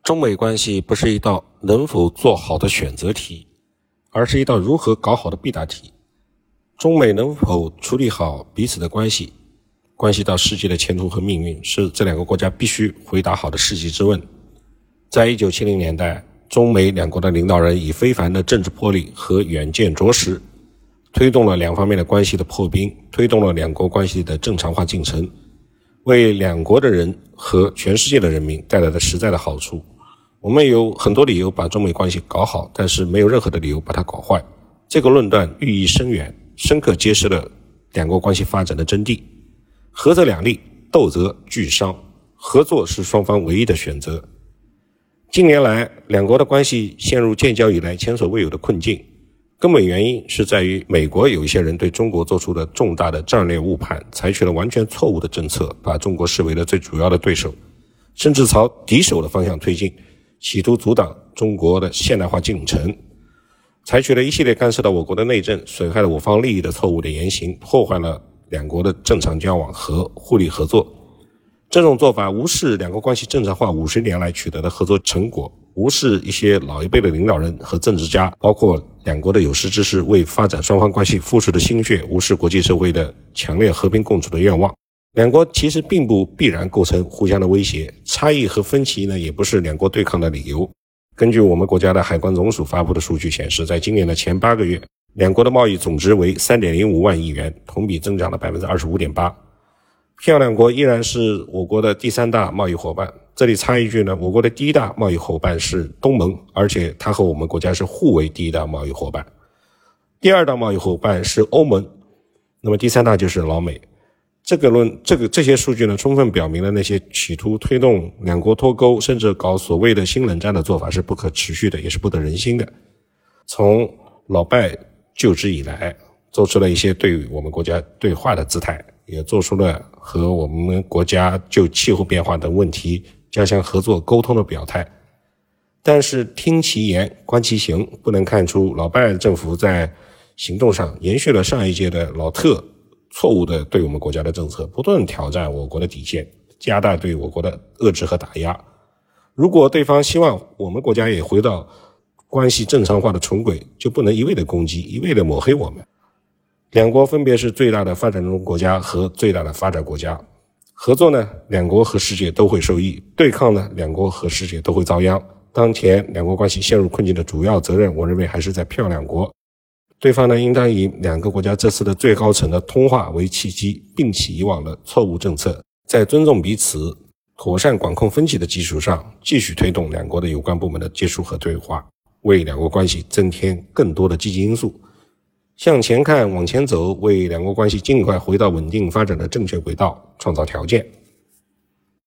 中美关系不是一道能否做好的选择题，而是一道如何搞好的必答题。中美能否处理好彼此的关系，关系到世界的前途和命运，是这两个国家必须回答好的世纪之问。在1970年代，中美两国的领导人以非凡的政治魄力和远见卓识，推动了两方面的关系的破冰，推动了两国关系的正常化进程，为两国的人和全世界的人民带来了实在的好处。我们有很多理由把中美关系搞好，但是没有任何的理由把它搞坏。这个论断寓意深远，深刻揭示了两国关系发展的真谛。合则两利，斗则俱伤，合作是双方唯一的选择。近年来，两国的关系陷入建交以来前所未有的困境，根本原因是在于美国有一些人对中国做出了重大的战略误判，采取了完全错误的政策，把中国视为了最主要的对手，甚至朝敌手的方向推进，企图阻挡中国的现代化进程，采取了一系列干涉到我国的内政，损害了我方利益的错误的言行，破坏了两国的正常交往和互利合作。这种做法无视两国关系正常化50年来取得的合作成果，无视一些老一辈的领导人和政治家，包括两国的有识之士为发展双方关系付出的心血，无视国际社会的强烈和平共处的愿望。两国其实并不必然构成互相的威胁，差异和分歧呢，也不是两国对抗的理由。根据我们国家的海关总署发布的数据显示，在今年的前8个月，两国的贸易总值为 3.05 万亿元，同比增长了 25.8%。漂亮国依然是我国的第3大贸易伙伴。这里插一句呢，我国的第1大贸易伙伴是东盟，而且它和我们国家是互为第1大贸易伙伴。第2大贸易伙伴是欧盟，那么第3大就是老美。这些数据呢，充分表明了那些企图推动两国脱钩，甚至搞所谓的新冷战的做法是不可持续的，也是不得人心的。从老拜就职以来，做出了一些对我们国家对话的姿态，也做出了和我们国家就气候变化等问题加强合作沟通的表态。但是听其言观其行，不能看出老拜政府在行动上延续了上一届的老特错误的对我们国家的政策，不断挑战我国的底线，加大对我国的遏制和打压。如果对方希望我们国家也回到关系正常化的重轨，就不能一味的攻击，一味的抹黑我们。两国分别是最大的发展中国家和最大的发展国家，合作呢，两国和世界都会受益；对抗呢，两国和世界都会遭殃。当前两国关系陷入困境的主要责任，我认为还是在漂亮国。对方呢，应当以两个国家这次的最高层的通话为契机，摒弃以往的错误政策，在尊重彼此、妥善管控分歧的基础上，继续推动两国的有关部门的接触和对话，为两国关系增添更多的积极因素。向前看，往前走，为两国关系尽快回到稳定发展的正确轨道创造条件。